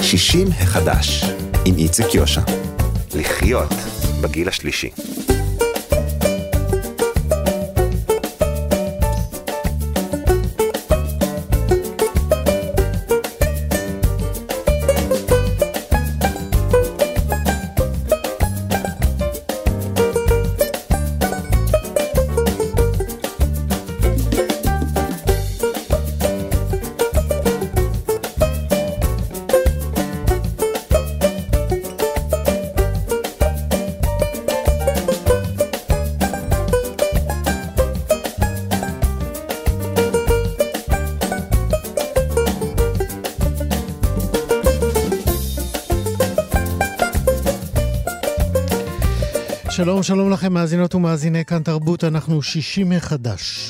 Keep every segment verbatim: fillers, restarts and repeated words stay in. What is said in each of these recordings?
שישים החדש, עם איציק יושע. לחיות בגיל השלישי. שלום, שלום לכם מאזינות ומאזיני כאן תרבות, אנחנו שישים מחדש.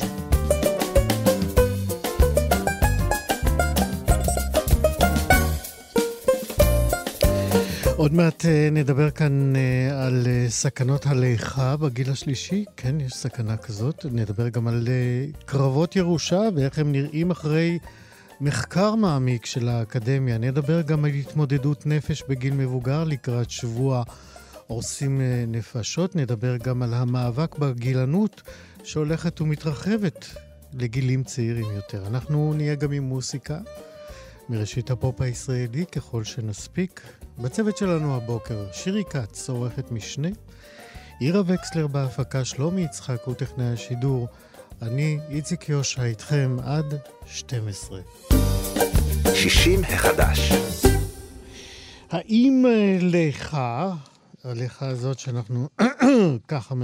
עוד מעט נדבר כאן על סכנות הליכה בגיל השלישי, כן, יש סכנה כזאת. נדבר גם על קרבות ירושה ואיך הם נראים אחרי מחקר מעמיק של האקדמיה. נדבר גם על התמודדות נפש בגיל מבוגר לקראת שבוע עושים נפשות. נדבר גם על המאבק בגילנות שהולכת ומתרחבת לגילים צעירים יותר. אנחנו נהיה גם עם מוסיקה מראשית הפופ הישראלי ככל שנספיק. בצוות שלנו הבוקר שירי כץ, עורכת משנה, עירה וקסלר בהפקה, שלומי יצחק הוא טכנאי השידור, אני איציק יושע איתכם עד שתים עשרה. שישים החדש. האם לך הליכה הזאת שאנחנו ככה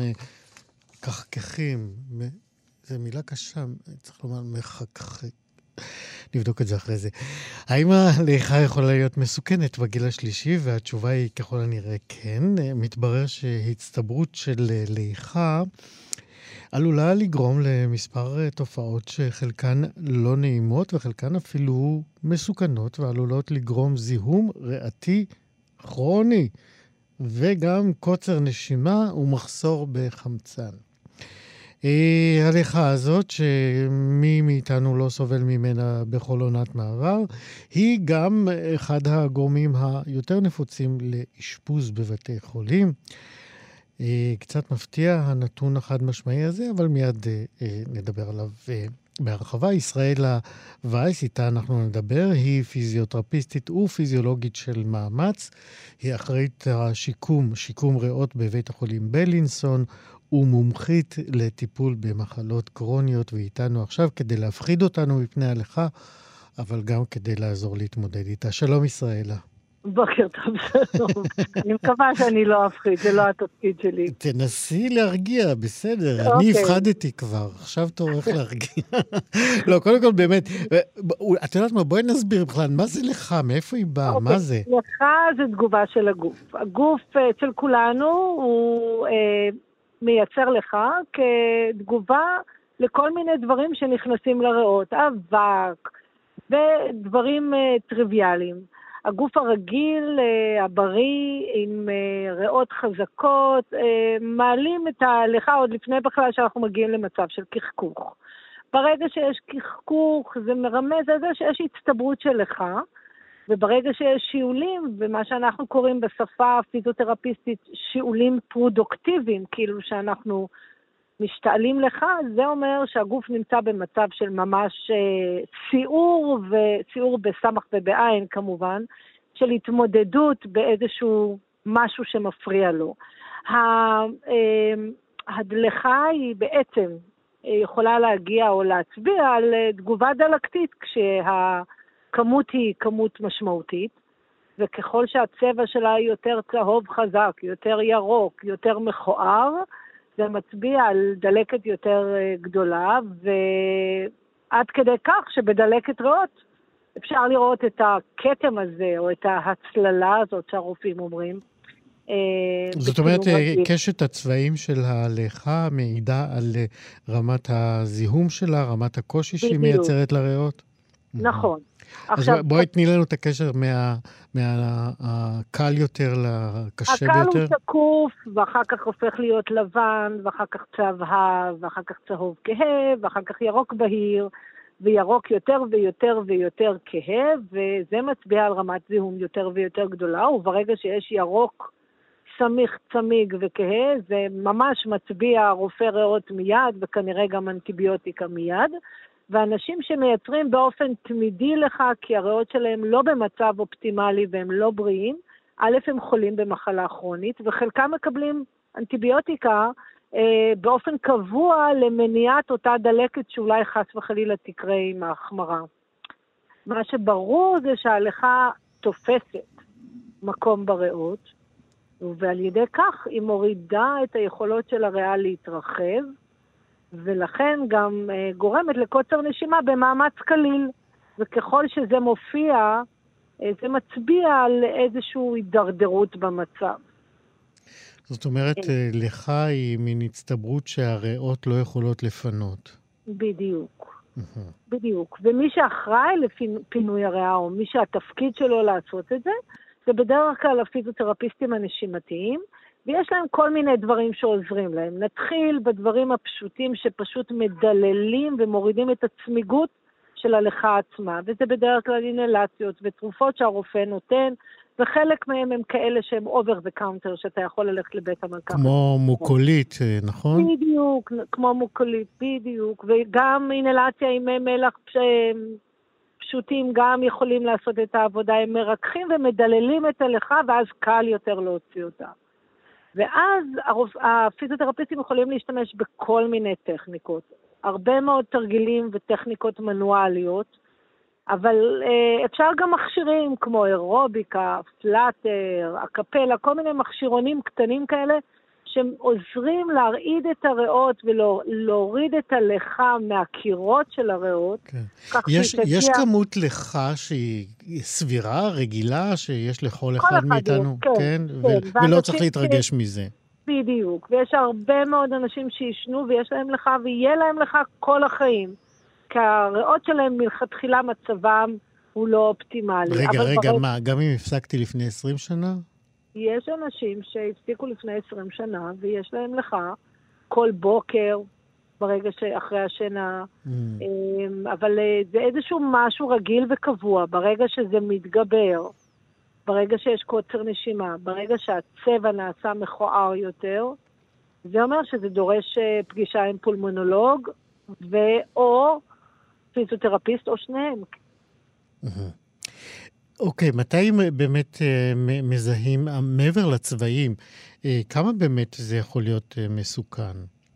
מקחקחים, זה מילה קשה, צריך לומר מחכך, נבדוק את זה אחרי זה. האם הליכה יכולה להיות מסוכנת בגיל השלישי? והתשובה היא ככל הנראה כן. מתברר שהצטברות של ליכה עלולה לגרום למספר תופעות שחלקן לא נעימות וחלקן אפילו מסוכנות, ועלולות לגרום זיהום ריאתי כרוני וגם קוצר נשימה ומחסור בחמצן. ההליכה הזאת, שמי מאיתנו לא סובל ממנה בכל עונת מעבר, היא גם אחד הגורמים היותר נפוצים לאשפוז בבתי חולים. קצת מפתיע הנתון החד משמעי הזה, אבל מיד נדבר עליו בהרחבה. ישראלה וייס, איתה אנחנו נדבר, היא פיזיותרפיסטית ופיזיולוגית של מאמץ, היא אחראית השיקום, שיקום ריאות בבית החולים בלינסון, ומומחית לטיפול במחלות קרוניות, ואיתנו עכשיו כדי להפחיד אותנו מפני הליכה, אבל גם כדי לעזור להתמודד איתה. שלום ישראלה. בוקר טוב, שלום. אני מקווה שאני לא אפחיד, זה לא התפקיד שלי. תנסי להרגיע, בסדר. אני הפחדתי כבר, עכשיו תורך להרגיע. לא, קודם כל באמת, את יודעת מה, בואי נסביר בכלל, מה זה לך? מאיפה היא באה? מה זה? לך זה תגובה של הגוף. הגוף של כולנו הוא מייצר לך כתגובה לכל מיני דברים שנכנסים לריאות, אבק ודברים טריוויאליים. הגוף הרגיל, הבריא, עם ריאות חזקות, מעלים את ההליכה עוד לפני בכלל שאנחנו מגיעים למצב של כחכוך. ברגע שיש כחכוך, זה מרמז על זה שיש הצטברות של ליכה, וברגע שיש שיעולים, ומה שאנחנו קוראים בשפה הפיזיותרפיסטית, שיעולים פרודוקטיביים, כאילו שאנחנו משתעלים לך, זה אומר שהגוף נמצא במצב של ממש ציור, וציור בסמך ובעין כמובן, של התמודדות באיזשהו משהו שמפריע לו. ההדלכה היא בעצם יכולה להגיע או להצביע על תגובה דלקתית, כשהכמות היא כמות משמעותית, וככל שהצבע שלה היא יותר צהוב חזק, יותר ירוק, יותר מכוער, זה מצביע על דלקת יותר גדולה, ועד כדי כך שבדלקת ריאות אפשר לראות את הכתם הזה, או את ההצללה הזאת שהרופאים אומרים. זאת אומרת, קשת הצבעים של הליכה מעידה על רמת הזיהום שלה, רמת הקושי שהיא מייצרת לריאות? נכון. אז בואי תני לנו את הקשר מהקל יותר לקשה ביותר. הקל הוא שקוף, ואחר כך הופך להיות לבן, ואחר כך צהוב, ואחר כך צהוב כהה, ואחר כך ירוק בהיר, וירוק יותר ויותר ויותר כהה, וזה מצביע על רמת זיהום יותר ויותר גדולה, וברגע שיש ירוק סמיך, צמיג וכהה, זה ממש מצביע רופא ריאות מיד, וכנראה גם אנטיביוטיקה מיד, ואנשים שמייצרים באופן תמידי לך, כי הריאות שלהם לא במצב אופטימלי והם לא בריאים, א' הם חולים במחלה כרונית, וחלקם מקבלים אנטיביוטיקה אה, באופן קבוע למניעת אותה דלקת שאולי חס וחלילה תקרה עם ההחמרה. מה שברור זה שההלכה תופסת מקום בריאות, ועל ידי כך היא מורידה את היכולות של הריאה להתרחב, ולכן גם אה, גורמת לקוצר נשימה במאמץ קליל, וככל שזה מופיע, אה, זה מצביע על איזושהי הידרדרות במצב. זאת אומרת, אה, לך היא מין הצטברות שהריאות לא יכולות לפנות. בדיוק, בדיוק. ומי שאחראי לפינוי הריאה, או מי שהתפקיד שלו לעשות את זה, זה בדרך כלל הפיזיותרפיסטים הנשימתיים, ויש להם כל מיני דברים שעוזרים להם. נתחיל בדברים הפשוטים שפשוט מדללים ומורידים את הצמיגות של ההליכה עצמה, וזה בדרך כלל אינהלציות ותרופות שהרופא נותן, וחלק מהם הם כאלה שהם over the counter, שאתה יכול ללכת לבית המרקחת. כמו מוקולית, נכון? בדיוק, כמו מוקולית, בדיוק, וגם אינהלציה עם מלח פשוטים גם יכולים לעשות את העבודה, הם מרככים ומדללים את ההליכה, ואז קל יותר להוציא אותה. ואז הפיזיותרפיסטים יכולים להשתמש בכל מיני טכניקות, הרבה מאוד תרגילים וטכניקות מנואליות, אבל אה, אפשר גם מכשירים כמו אירוביקה, פלאטר, אקפלה, כל מיני מכשירונים קטנים כאלה, שעוזרים להרעיד את הריאות ולהוריד את הלכה מהקירות של הריאות. כן. יש, תגיע... יש כמות לכה שהיא סבירה, רגילה, שיש לכל אחד מאיתנו, כן, כן? כן. ו- ולא צריך להתרגש ש... מזה. בדיוק, ויש הרבה מאוד אנשים שישנו ויש להם לכה, ויהיה להם לכה כל החיים, כי הריאות שלהם מלכתחילה מצבם הוא לא אופטימלי. רגע, רגע, בריא... מה, גם אם הפסקתי לפני עשרים שנה? יש אנשים שהפסיקו לפני עשרים שנה, ויש להם לך כל בוקר, ברגע שאחרי השינה, mm. אבל זה איזשהו משהו רגיל וקבוע, ברגע שזה מתגבר, ברגע שיש קוצר נשימה, ברגע שהצבע נעשה מכוער יותר, זה אומר שזה דורש פגישה עם פולמונולוג, ואו פיזיותרפיסט או שניהם. Mm-hmm. אוקיי, מתי באמת מזהים, מעבר לצבעים, כמה באמת זה יכול להיות מסוכן?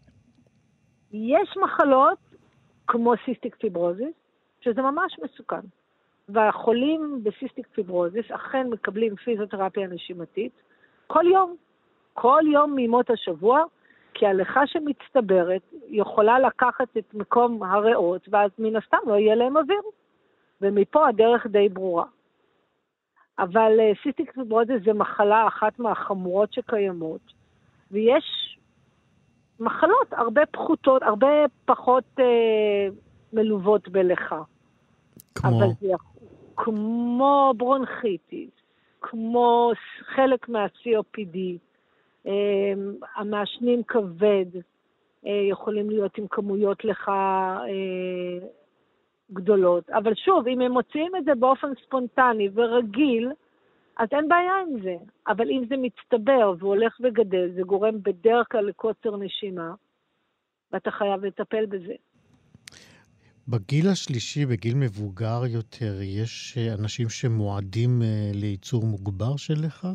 יש מחלות כמו סיסטיק פיברוזיס, שזה ממש מסוכן. והחולים בסיסטיק פיברוזיס אכן מקבלים פיזיותרפיה נשימתית כל יום, כל יום מימות השבוע, כי ההלכה שמצטברת יכולה לקחת את מקום הריאות, ואז מן הסתם לא יהיה להם אוויר. ומפה הדרך די ברורה. אבל סיסטיק פיברוזיס זה מחלה אחת מהחמורות שקיימות, ויש מחלות הרבה פחותות, הרבה פחות אה, מלוות בלכה. כמו? אבל זה כמו ברונכיטיס, כמו חלק מה-סי או פי די, אה, המעשנים כבד, אה, יכולים להיות עם כמויות לכה אה, גדולות. אבל שוב, אם הם מוציאים את זה באופן ספונטני ורגיל, אז אין בעיה עם זה. אבל אם זה מצטבר והולך וגדל, זה גורם בדרך כלל לקוצר נשימה, ואתה חייב לטפל בזה. בגיל השלישי, בגיל מבוגר יותר, יש אנשים שמועדים לייצור מוגבר שלך?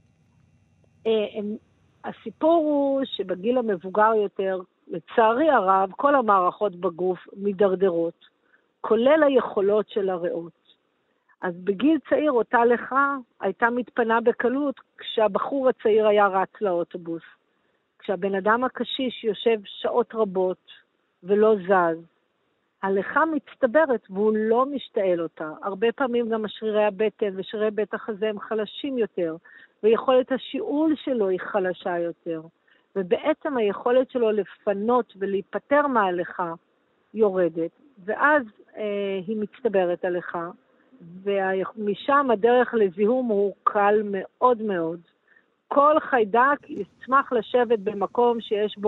הסיפור הוא שבגיל המבוגר יותר, לצערי הרב, כל המערכות בגוף מדרדרות, כולל היכולות של הריאות. אז בגיל צעיר אותה לך הייתה מתפנה בקלות כשהבחור הצעיר היה רץ לאוטובוס. כשהבן אדם הקשיש יושב שעות רבות ולא זז, הלכה מצטברת והוא לא משתעל אותה. הרבה פעמים גם שרירי הבטן ושרירי בית החזה הם חלשים יותר, ויכולת השיעול שלו היא חלשה יותר. ובעצם היכולת שלו לפנות ולהיפטר מההלכה יורדת, ואז אה, היא מצטברת הלכה, ומשם הדרך לזיהום הוא קל מאוד מאוד. כל חיידק ישמח לשבת במקום שיש בו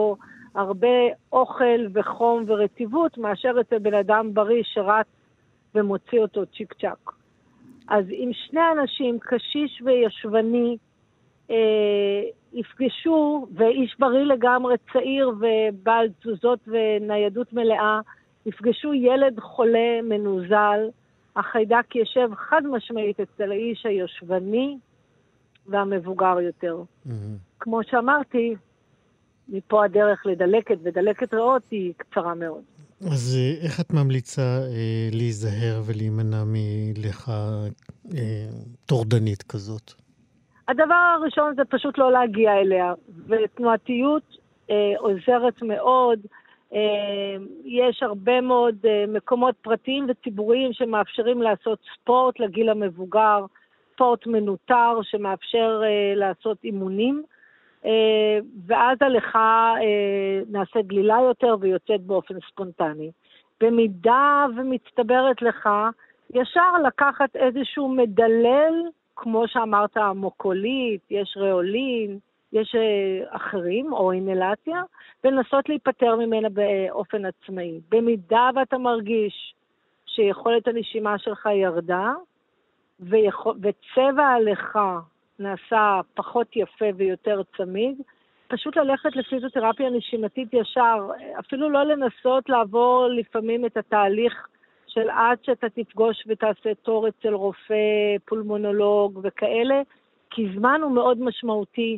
הרבה אוכל וחום ורטיבות, מאשר אצל בן אדם בריא שרץ ומוציא אותו צ'יק צ'ק. אז אם שני אנשים, קשיש וישבני, אה, יפגשו, ואיש בריא לגמרי, צעיר ובעל תזוזות וניידות מלאה, יפגשו ילד חולה מנוזל, החיידק ישב חד משמעית אצל האיש היושבני והמבוגר יותר. Mm-hmm. כמו שאמרתי, מפה הדרך לדלקת, ודלקת ריאות היא קצרה מאוד. אז איך את ממליצה אה, להיזהר ולהימנע מלכה אה, טורדנית כזאת? הדבר הראשון זה פשוט לא להגיע אליה, ותנועתיות אה, עוזרת מאוד. אה, יש הרבה מאוד אה, מקומות פרטיים וציבוריים שמאפשרים לעשות ספורט לגיל המבוגר, ספורט מנותר שמאפשר אה, לעשות אימונים, אה, ואז הלכה אה, נעשית גלילה יותר ויוצאת באופן ספונטני. במידה ומצטברת לך, ישר לקחת איזשהו מדלל, כמו שאמרת, מוקולית, יש ריאולין, יש אה, אחרים, או אינלציה, ולנסות להיפטר ממנה באופן עצמאי. במידה ואתה מרגיש שיכולת הנשימה שלך ירדה, ויכול, וצבע ההליכה נעשה פחות יפה ויותר צמיד, פשוט ללכת לפיזיותרפיה נשימתית ישר, אפילו לא לנסות לעבור לפעמים את התהליך של עד שאתה תפגוש ותעשה תור אצל רופא, פולמונולוג וכאלה, כי זמן הוא מאוד משמעותי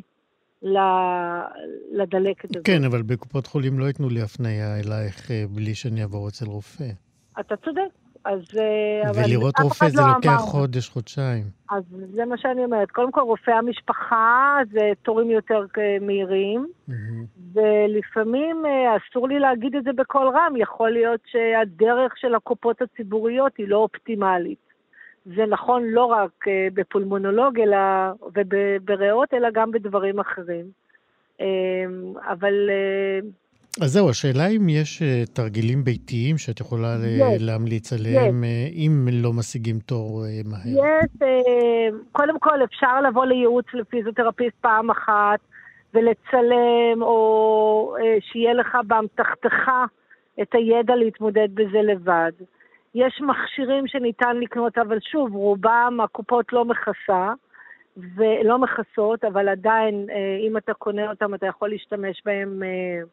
לדלקת הזאת. כן, אבל בקופות חולים לא ייתנו לי הפניה אלייך בלי שאני אעבור אצל רופא. אתה צודק. אז, ולראות רופא זה לא לוקח אמר. חודש, חודשיים. אז זה מה שאני אומרת. קודם כל, רופא המשפחה זה תורים יותר מהירים, mm-hmm. ולפעמים אסור לי להגיד את זה בכל רם. יכול להיות שהדרך של הקופות הציבוריות היא לא אופטימלית. זה נכון לא רק בפולמונולוג אלא, ובריאות, אלא גם בדברים אחרים. אבל... אז זהו, השאלה אם יש uh, תרגילים ביתיים שאת יכולה yes. להמליץ עליהם, yes. uh, אם לא משיגים תור uh, מהר. יש, yes, uh, קודם כל אפשר לבוא לייעוץ לפיזיותרפיסט פעם אחת, ולצלם, או uh, שיהיה לך באמתחתך את הידע להתמודד בזה לבד. יש מכשירים שניתן לקנות, אבל שוב, רובם הקופות לא מכסה, ולא מכסות, אבל עדיין, uh, אם אתה קונה אותם, אתה יכול להשתמש בהם... Uh,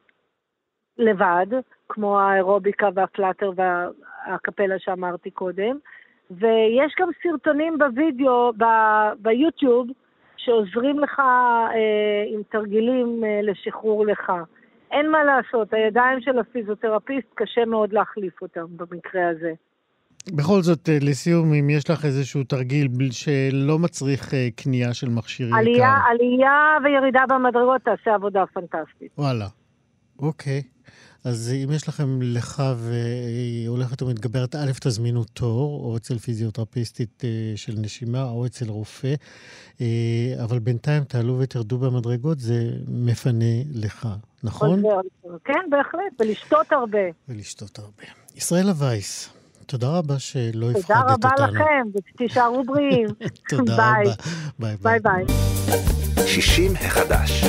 לבד, כמו האירוביקה והפלטר והקפלה שאמרתי קודם, ויש גם סרטונים בווידאו, ב- ביוטיוב, שעוזרים לך אה, עם תרגילים אה, לשחרור לך. אין מה לעשות, הידיים של הפיזיותרפיסט קשה מאוד להחליף אותם במקרה הזה. בכל זאת, לסיום, אם יש לך איזשהו תרגיל שלא מצריך קנייה של מכשיר עלייה, יקר. עלייה וירידה במדרגות תעשה עבודה פנטסטית. וואלה. אוקיי. אז אם יש לכם לך והיא הולכת ומתגברת, א', תזמינו תור, או אצל פיזיותרפיסטית של נשימה, או אצל רופא, אבל בינתיים תעלו ותרדו במדרגות, זה מפנה לך, נכון? כן, בהחלט, ולשתות הרבה. ולשתות הרבה. ישראלה וייס, תודה רבה שלא הפחדת אותנו. תודה רבה לכם, ותישארו בריאים. תודה רבה. ביי ביי. ביי. שישים החדש.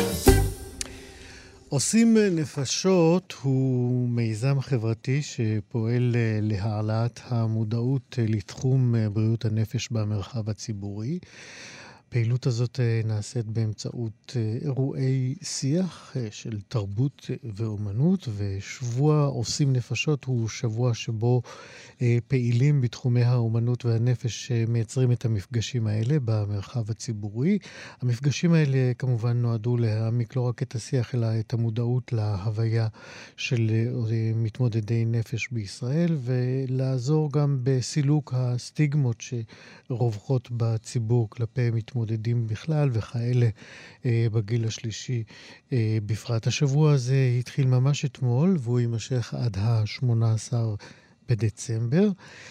עושים נפשות הוא מיזם חברתי שפועל להעלאת המודעות לתחום בריאות הנפש במרחב הציבורי. הפעילות הזאת נעשית באמצעות אירועי שיח של תרבות ואומנות, ושבוע עושים נפשות הוא שבוע שבו פעילים בתחומי האומנות והנפש מייצרים את המפגשים האלה במרחב הציבורי. המפגשים האלה כמובן נועדו להעמיק לא רק את השיח אלא את המודעות להוויה של מתמודדי נפש בישראל, ולעזור גם בסילוק הסטיגמות שרווחות בציבור כלפי מתמודדים מתמודדים בכלל וכאלה אה, בגיל השלישי אה, בפרט. השבוע הזה התחיל ממש אתמול והוא יימשך עד ה-שמונה עשר בדצמבר.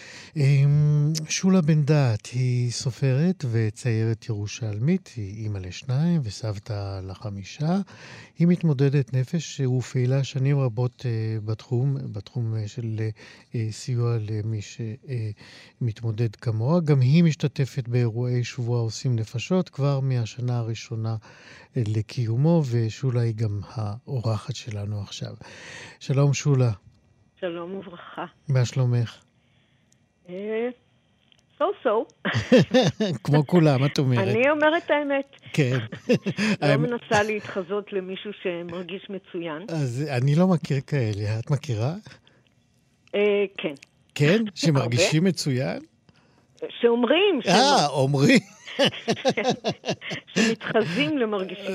שולה בן דעת היא סופרת וציירת ירושלמית, היא אימא לשניים וסבתא לחמישה. היא מתמודדת נפש ופעילה שנים רבות בתחום, בתחום של סיוע למי שמתמודד כמוה. גם היא משתתפת באירועי שבוע עושים נפשות כבר מהשנה הראשונה לקיומו, ושולה היא גם האורחת שלנו עכשיו. שלום שולה. שלום וברכה. מה שלומך? סו סו. כמו כולם, את אומרת. אני אומרת האמת. כן. לא מנסה להתחזות למישהו שמרגיש מצוין. אז אני לא מכיר כאלה. את מכירה? כן. כן? שמרגישים מצוין? שאומרים. אה, אומרים. שמתחזים למרגישים.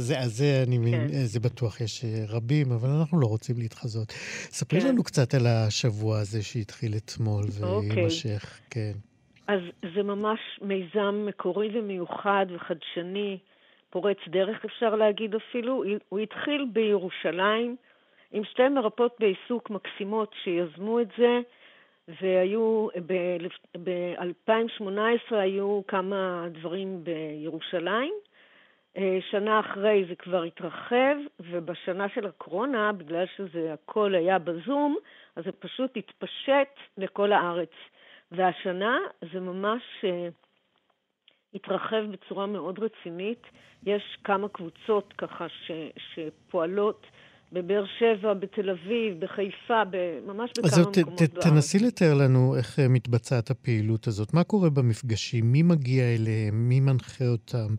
זה בטוח יש רבים, אבל אנחנו לא רוצים להתחזות. ספרי לנו קצת על השבוע הזה שהתחיל אתמול ויימשך. כן. אז זה ממש מיזם מקורי ומיוחד וחדשני, פורץ דרך אפשר להגיד אפילו. הוא התחיל בירושלים עם שתי מרפאות בעיסוק מקסימות שיזמו את זה, והיו ב-אלפיים שמונה עשרה היו כמה דברים בירושלים. שנה אחרי זה כבר התרחב, ובשנה של הקורונה, בגלל שזה הכל היה בזום, אז זה פשוט התפשט לכל הארץ. והשנה זה ממש התרחב בצורה מאוד רצינית. יש כמה קבוצות ככה ש, שפועלות בבאר שבע, בתל אביב, בחיפה, ממש בכמה אז מקומות ת, ת, בארץ. תנסי לתאר לנו איך מתבצעת הפעילות הזאת. מה קורה במפגשים? מי מגיע אליהם? מי מנחה אותם?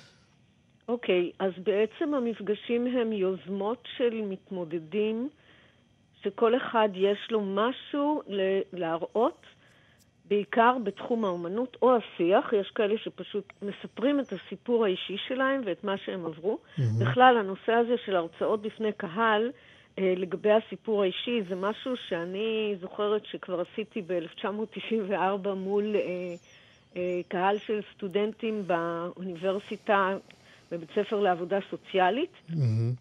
אוקיי, אז בעצם המפגשים הם יוזמות של מתמודדים, שכל אחד יש לו משהו להראות, בעיקר בתחום האומנות או השיח. יש כאלה שפשוט מספרים את הסיפור האישי שלהם ואת מה שהם עברו. Mm-hmm. בכלל, הנושא הזה של הרצאות בפני קהל, אה, לגבי הסיפור האישי, זה משהו שאני זוכרת שכבר עשיתי ב-אלף תשע מאות תשעים וארבע מול אה, אה, קהל של סטודנטים באוניברסיטה, בבית ספר לעבודה סוציאלית. Mm-hmm.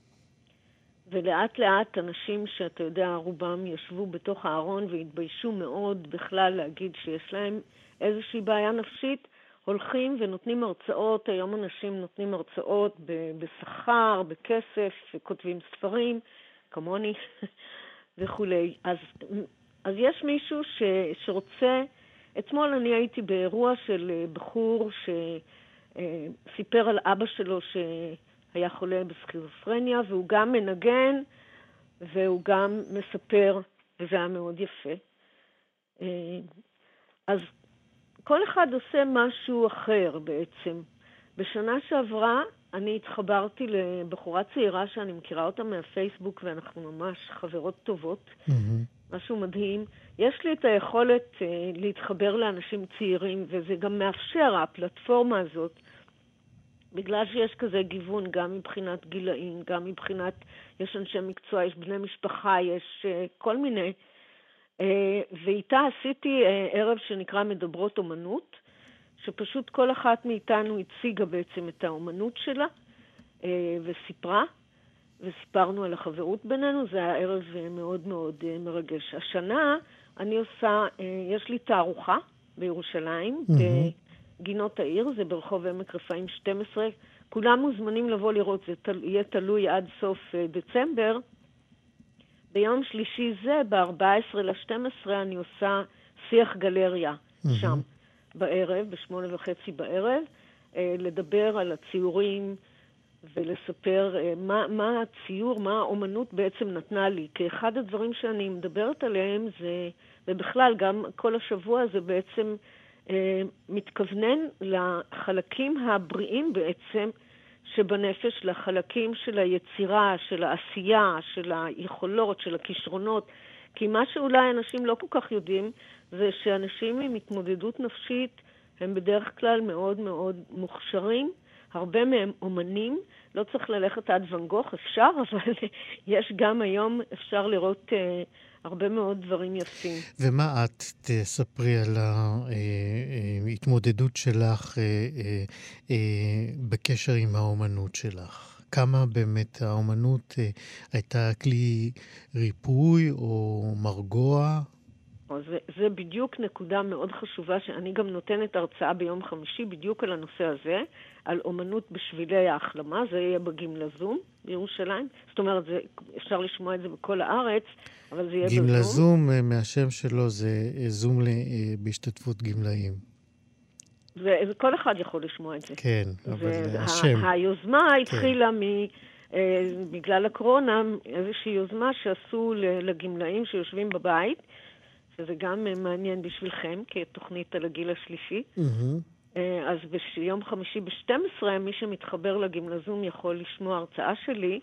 ולאט לאט אנשים שאתה יודע, רובם ישבו בתוך הארון והתביישו מאוד בכלל להגיד שיש להם איזושהי בעיה נפשית, הולכים ונותנים הרצאות. היום אנשים נותנים הרצאות בשכר, בכסף, וכותבים ספרים, כמוני וכולי. אז, אז יש מישהו ש, שרוצה, אתמול אני הייתי באירוע של בחור שסיפר על אבא שלו ש... היה חולה בסכיזופרניה, והוא גם מנגן, והוא גם מספר, וזה היה מאוד יפה. אז כל אחד עושה משהו אחר בעצם. בשנה שעברה אני התחברתי לבחורה צעירה שאני מכירה אותה מהפייסבוק, ואנחנו ממש חברות טובות. Mm-hmm. משהו מדהים. יש לי את היכולת להתחבר לאנשים צעירים, וזה גם מאפשר, הפלטפורמה הזאת, בגלל שיש כזה גיוון, גם מבחינת גילאים, גם מבחינת, יש אנשי מקצוע, יש בני משפחה, יש uh, כל מיני. Uh, ואיתה עשיתי uh, ערב שנקרא מדברות אומנות, שפשוט כל אחת מאיתנו הציגה בעצם את האומנות שלה, uh, וסיפרה, וסיפרנו על החברות בינינו. זה היה ערב uh, מאוד מאוד uh, מרגש. השנה אני עושה, uh, יש לי תערוכה בירושלים, mm-hmm. ב- גינות העיר, זה ברחוב עמק רפאים שתים עשרה. כולם מוזמנים לבוא לראות, זה תל... יהיה תלוי עד סוף uh, דצמבר. ביום שלישי זה, ב-ארבעה עשר לשתים עשרה, אני עושה שיח גלריה mm-hmm. שם, בערב, בשמונה וחצי בערב, uh, לדבר על הציורים ולספר uh, מה, מה הציור, מה האומנות בעצם נתנה לי. כי אחד הדברים שאני מדברת עליהם זה, ובכלל גם כל השבוע זה בעצם מתכוונן לחלקים הבריאים בעצם שבנפש, לחלקים של היצירה, של העשייה, של היכולות, של הכישרונות. כי מה שאולי אנשים לא כל כך יודעים זה שאנשים עם התמודדות נפשית הם בדרך כלל מאוד מאוד מוכשרים, הרבה מהם אומנים, לא צריך ללכת עד ואן גוך, אפשר, אבל יש גם היום, אפשר לראות uh, הרבה מאוד דברים יפים. ומה את תספרי על ההתמודדות שלך uh, uh, uh, בקשר עם האומנות שלך? כמה באמת האומנות uh, הייתה כלי ריפוי או מרגוע? או לא. זה, זה בדיוק נקודה מאוד חשובה, שאני גם נותנת הרצאה ביום חמישי בדיוק על הנושא הזה, על אומנות בשבילי ההחלמה, זה יהיה בגמלזום בירושלים. זאת אומרת, זה, אפשר לשמוע את זה בכל הארץ, אבל זה יהיה בזום. גמלזום, מהשם שלו, זה זום בהשתתפות גמלאים. זה, זה כל אחד יכול לשמוע את זה. כן, אבל זה, השם. ה, היוזמה כן. התחילה מ... בגלל הקורונה, איזושהי יוזמה שעשו לגמלאים שיושבים בבית, שזה גם מעניין בשבילכם, כתוכנית על הגיל השלישי. Mm-hmm. אז ביום חמישי ב-שתים עשרה, מי שמתחבר לגמלזום יכול לשמוע הרצאה שלי.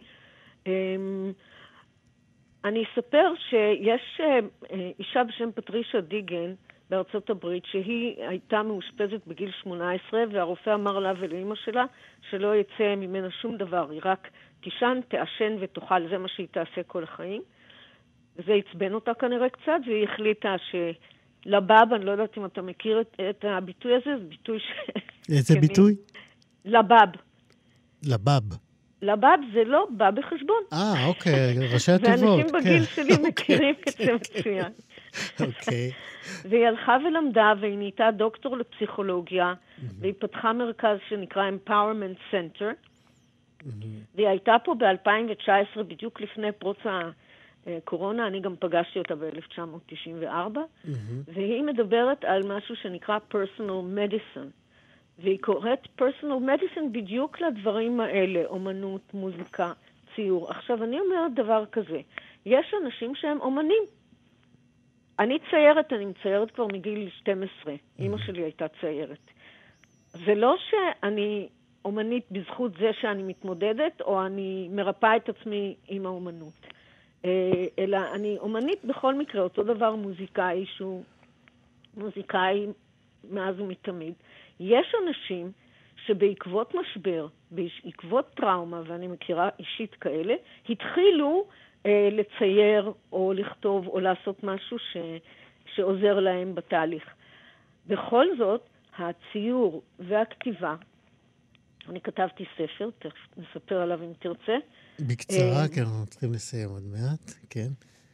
אני אספר שיש אישה בשם פטרישה דיגן, בארצות הברית, שהיא הייתה מאושפזת בגיל שמונה עשרה, והרופא אמר לה ולאמא שלה שלא יצא ממנה שום דבר, היא רק תישן, תאשן ותאכל, זה מה שהיא תעשה כל החיים. וזה עצבן אותה כנראה קצת, והיא החליטה שלבב, אני לא יודעת אם אתה מכיר את, את הביטוי הזה, זה ביטוי ש... איזה ביטוי? לבב. לבב. לבב זה לא בא בחשבון. אה, אוקיי, ראשי הטובות. ואנשים בגיל שלי מכירים את זה מצוין. אוקיי. והיא הלכה ולמדה, והיא נהייתה דוקטור לפסיכולוגיה, והיא פתחה מרכז שנקרא Empowerment Center, והיא הייתה פה ב-אלפיים תשע עשרה, בדיוק לפני פרוץ הקורונה, אני גם פגשתי אותה ב-אלף תשע מאות תשעים וארבע, והיא מדברת על משהו שנקרא Personal Medicine, והיא קוראת Personal Medicine בדיוק לדברים האלה, אומנות, מוזיקה, ציור. עכשיו, אני אומרת דבר כזה, יש אנשים שהם אומנים, אני ציירת, אני מציירת כבר מגיל שתים עשרה. אמא שלי הייתה ציירת. זה לא שאני אומנית בזכות זה שאני מתמודדת, או אני מרפאה את עצמי עם האומנות. אלא אני אומנית בכל מקרה, אותו דבר מוזיקאי שהוא מוזיקאי מאז ומתמיד. יש אנשים שבעקבות משבר, בעקבות טראומה, ואני מכירה אישית כאלה, התחילו לצייר או לכתוב או לעשות משהו ש... שעוזר להם בתהליך. בכל זאת, הציור והכתיבה, אני כתבתי ספר, תכף נספר עליו אם תרצה. בקצרה, כי אנחנו צריכים לסיים עוד מעט, כן.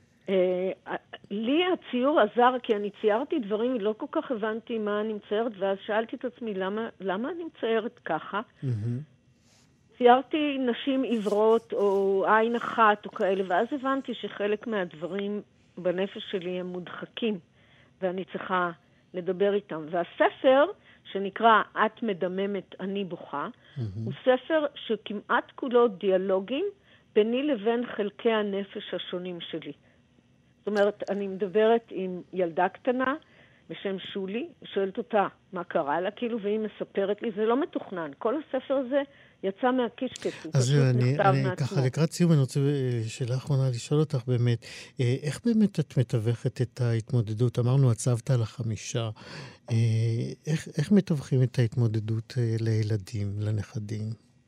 לי הציור עזר, כי אני ציירתי דברים, לא כל כך הבנתי מה אני מציירת, ואז שאלתי את עצמי, למה, למה אני מציירת ככה? ציירתי נשים עיוורות או עין אחת או כאלה, ואז הבנתי שחלק מהדברים בנפש שלי הם מודחקים, ואני צריכה לדבר איתם. והספר, שנקרא את מדממת, אני בוכה, mm-hmm. הוא ספר שכמעט כולו דיאלוגים ביני לבין חלקי הנפש השונים שלי. זאת אומרת, אני מדברת עם ילדה קטנה בשם שולי, שואלת אותה מה קרה לה, כאילו, והיא מספרת לי, זה לא מתוכנן. כל הספר הזה יצא מהקישקס, הוא פשוט נכתב אני, מעצמו. ככה לקראת סיום, אני רוצה שאלה אחרונה לשאול אותך באמת, איך באמת את מתווכת את ההתמודדות? אמרנו, עצבת על החמישה. איך, איך מתווכים את ההתמודדות לילדים, לנכדים?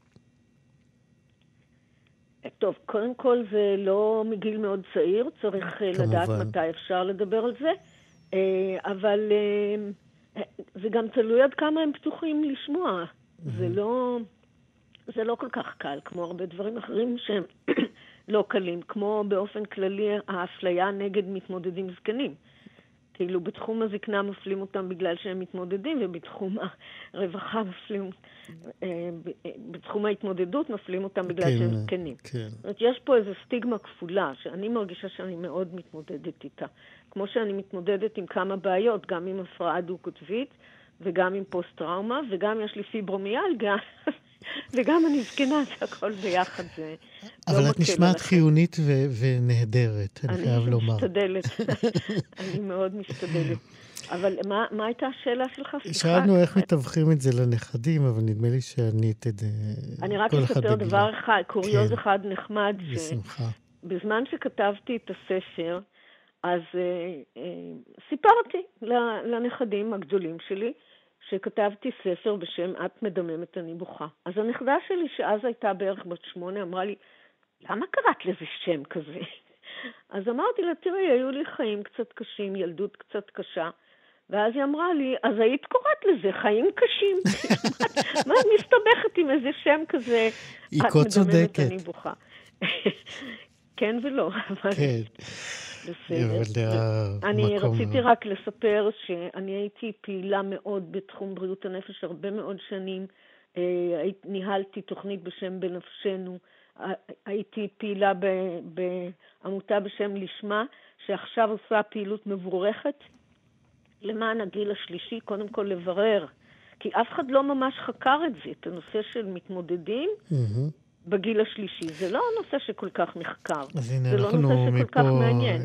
טוב, קודם כל זה לא מגיל מאוד צעיר, צריך כמובן. לדעת מתי אפשר לדבר על זה, אבל זה גם תלוי עד כמה הם פתוחים לשמוע. Mm-hmm. זה לא... זה לא כל כך קל, כמו הרבה דברים אחרים שהם לא קלים, כמו באופן כללי האפליה נגד מתמודדים זקנים. כאילו בתחום הזקנה מפלים אותם בגלל שהם מתמודדים, ובתחום הרווחה מפלים, בתחום ההתמודדות מפלים אותם בגלל כן, שהם זקנים. כן. זאת אומרת, יש פה איזו סטיגמה כפולה, שאני מרגישה שאני מאוד מתמודדת איתה. כמו שאני מתמודדת עם כמה בעיות, גם עם הפרעה דו-קוטבית, וגם עם פוסט-טראומה, וגם יש לי פיברומיאלגיה, וגם אני זקנה, זה הכל ביחד. זה אבל לא את נשמעת חיונית ו- ונהדרת, אני, אני חייב לומר. אני משתדלת, אני מאוד משתדלת. אבל מה, מה הייתה השאלה שלך? שאלנו איך מתווכים את זה לנכדים, אבל נדמה לי שענית את זה. אני רק אספר דבר אחד, קוריוז כן. אחד נחמד, בשמחה. בזמן שכתבתי את הספר, אז אה, אה, סיפרתי לנכדים הגדולים שלי, שכתבתי ספר בשם את מדממת אני בוכה. אז הנכדה שלי, שאז הייתה בערך בת שמונה, אמרה לי, למה קראת לזה שם כזה? אז אמרתי לה, תראי, היו לי חיים קצת קשים, ילדות קצת קשה, ואז היא אמרה לי, אז היית קוראת לזה חיים קשים. מה את מסתבכת עם איזה שם כזה? היא כה צודקת. אני בוכה. כן ולא. כן. בסדר. אני רציתי רק לספר שאני הייתי פעילה מאוד בתחום בריאות הנפש הרבה מאוד שנים. ניהלתי תוכנית בשם בנפשנו. הייתי פעילה בעמותה בשם לשמה, שעכשיו עושה פעילות מבורכת למען הגיל השלישי, קודם כל לברר. כי אף אחד לא ממש חקר את זה, את הנושא של מתמודדים בגיל השלישי. זה לא הנושא שכל כך נחקר. זה לא נושא שכל כך מעניין.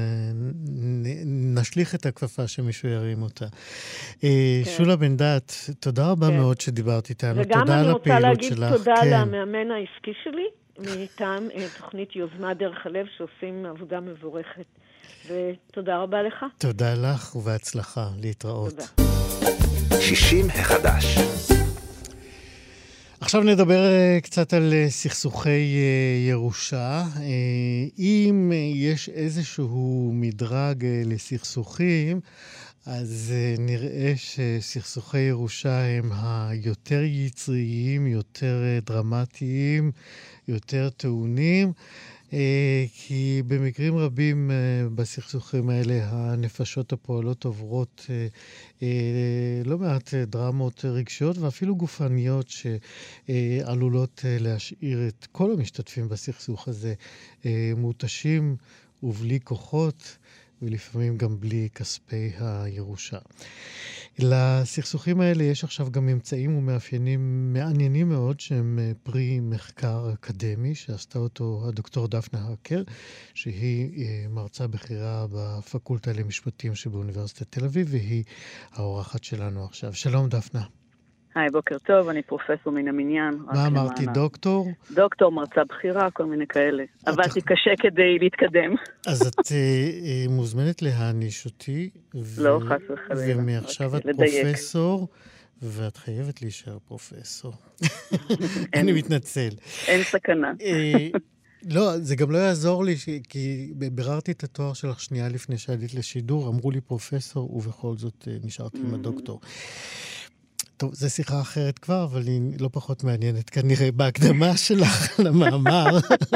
נשליך את הכפפה שמישהו ירים אותה. שולה בן דת, תודה רבה מאוד שדיברת איתנו. וגם אני רוצה להגיד תודה למאמן העסקי שלי, מטעם תוכנית יוזמה דרך הלב, שעושים עבודה מבורכת. ותודה רבה לך. תודה לך ובהצלחה. להתראות. תודה. שישים החדש. עכשיו נדבר קצת על סכסוכי ירושה. אם יש איזשהו מדרג לסכסוכים, אז נראה שסכסוכי ירושה הם היותר יצריים, יותר דרמטיים, יותר טעונים, כי במקרים רבים בסכסוכים האלה הנפשות הפועלות עוברות לא מעט דרמות רגשיות ואפילו גופניות שעלולות להשאיר את כל המשתתפים בסכסוך הזה מותשים ובלי כוחות, ולפעמים גם בלי כספי הירושה. לסכסוכים האלה יש עכשיו גם ממצאים ומאפיינים מעניינים מאוד, שהם פרי מחקר אקדמי שעשתה אותו הדוקטור דפנה הקר, שהיא מרצה בכירה בפקולטה למשפטים שבאוניברסיטת תל אביב, והיא האורחת שלנו עכשיו. שלום דפנה. היי, בוקר טוב, אני פרופסור מן המניין. מה אמרתי, דוקטור? דוקטור, מרצה בכירה, כל מיני כאלה. עבדתי קשה כדי להתקדם. אז את מוזמנת להעניש אותי. לא, חס וחלילה. ומעכשיו את פרופסור, ואת חייבת להישאר פרופסור. אני מתנצל. אין סכנה. לא, זה גם לא יעזור לי, כי ביררתי את התואר שלך שנייה לפני שעלית לשידור, אמרו לי פרופסור, ובכל זאת נשארתי עם הדוקטור. טוב, זו שיחה אחרת כבר, אבל היא לא פחות מעניינת. כנראה בהקדמה שלך למאמר,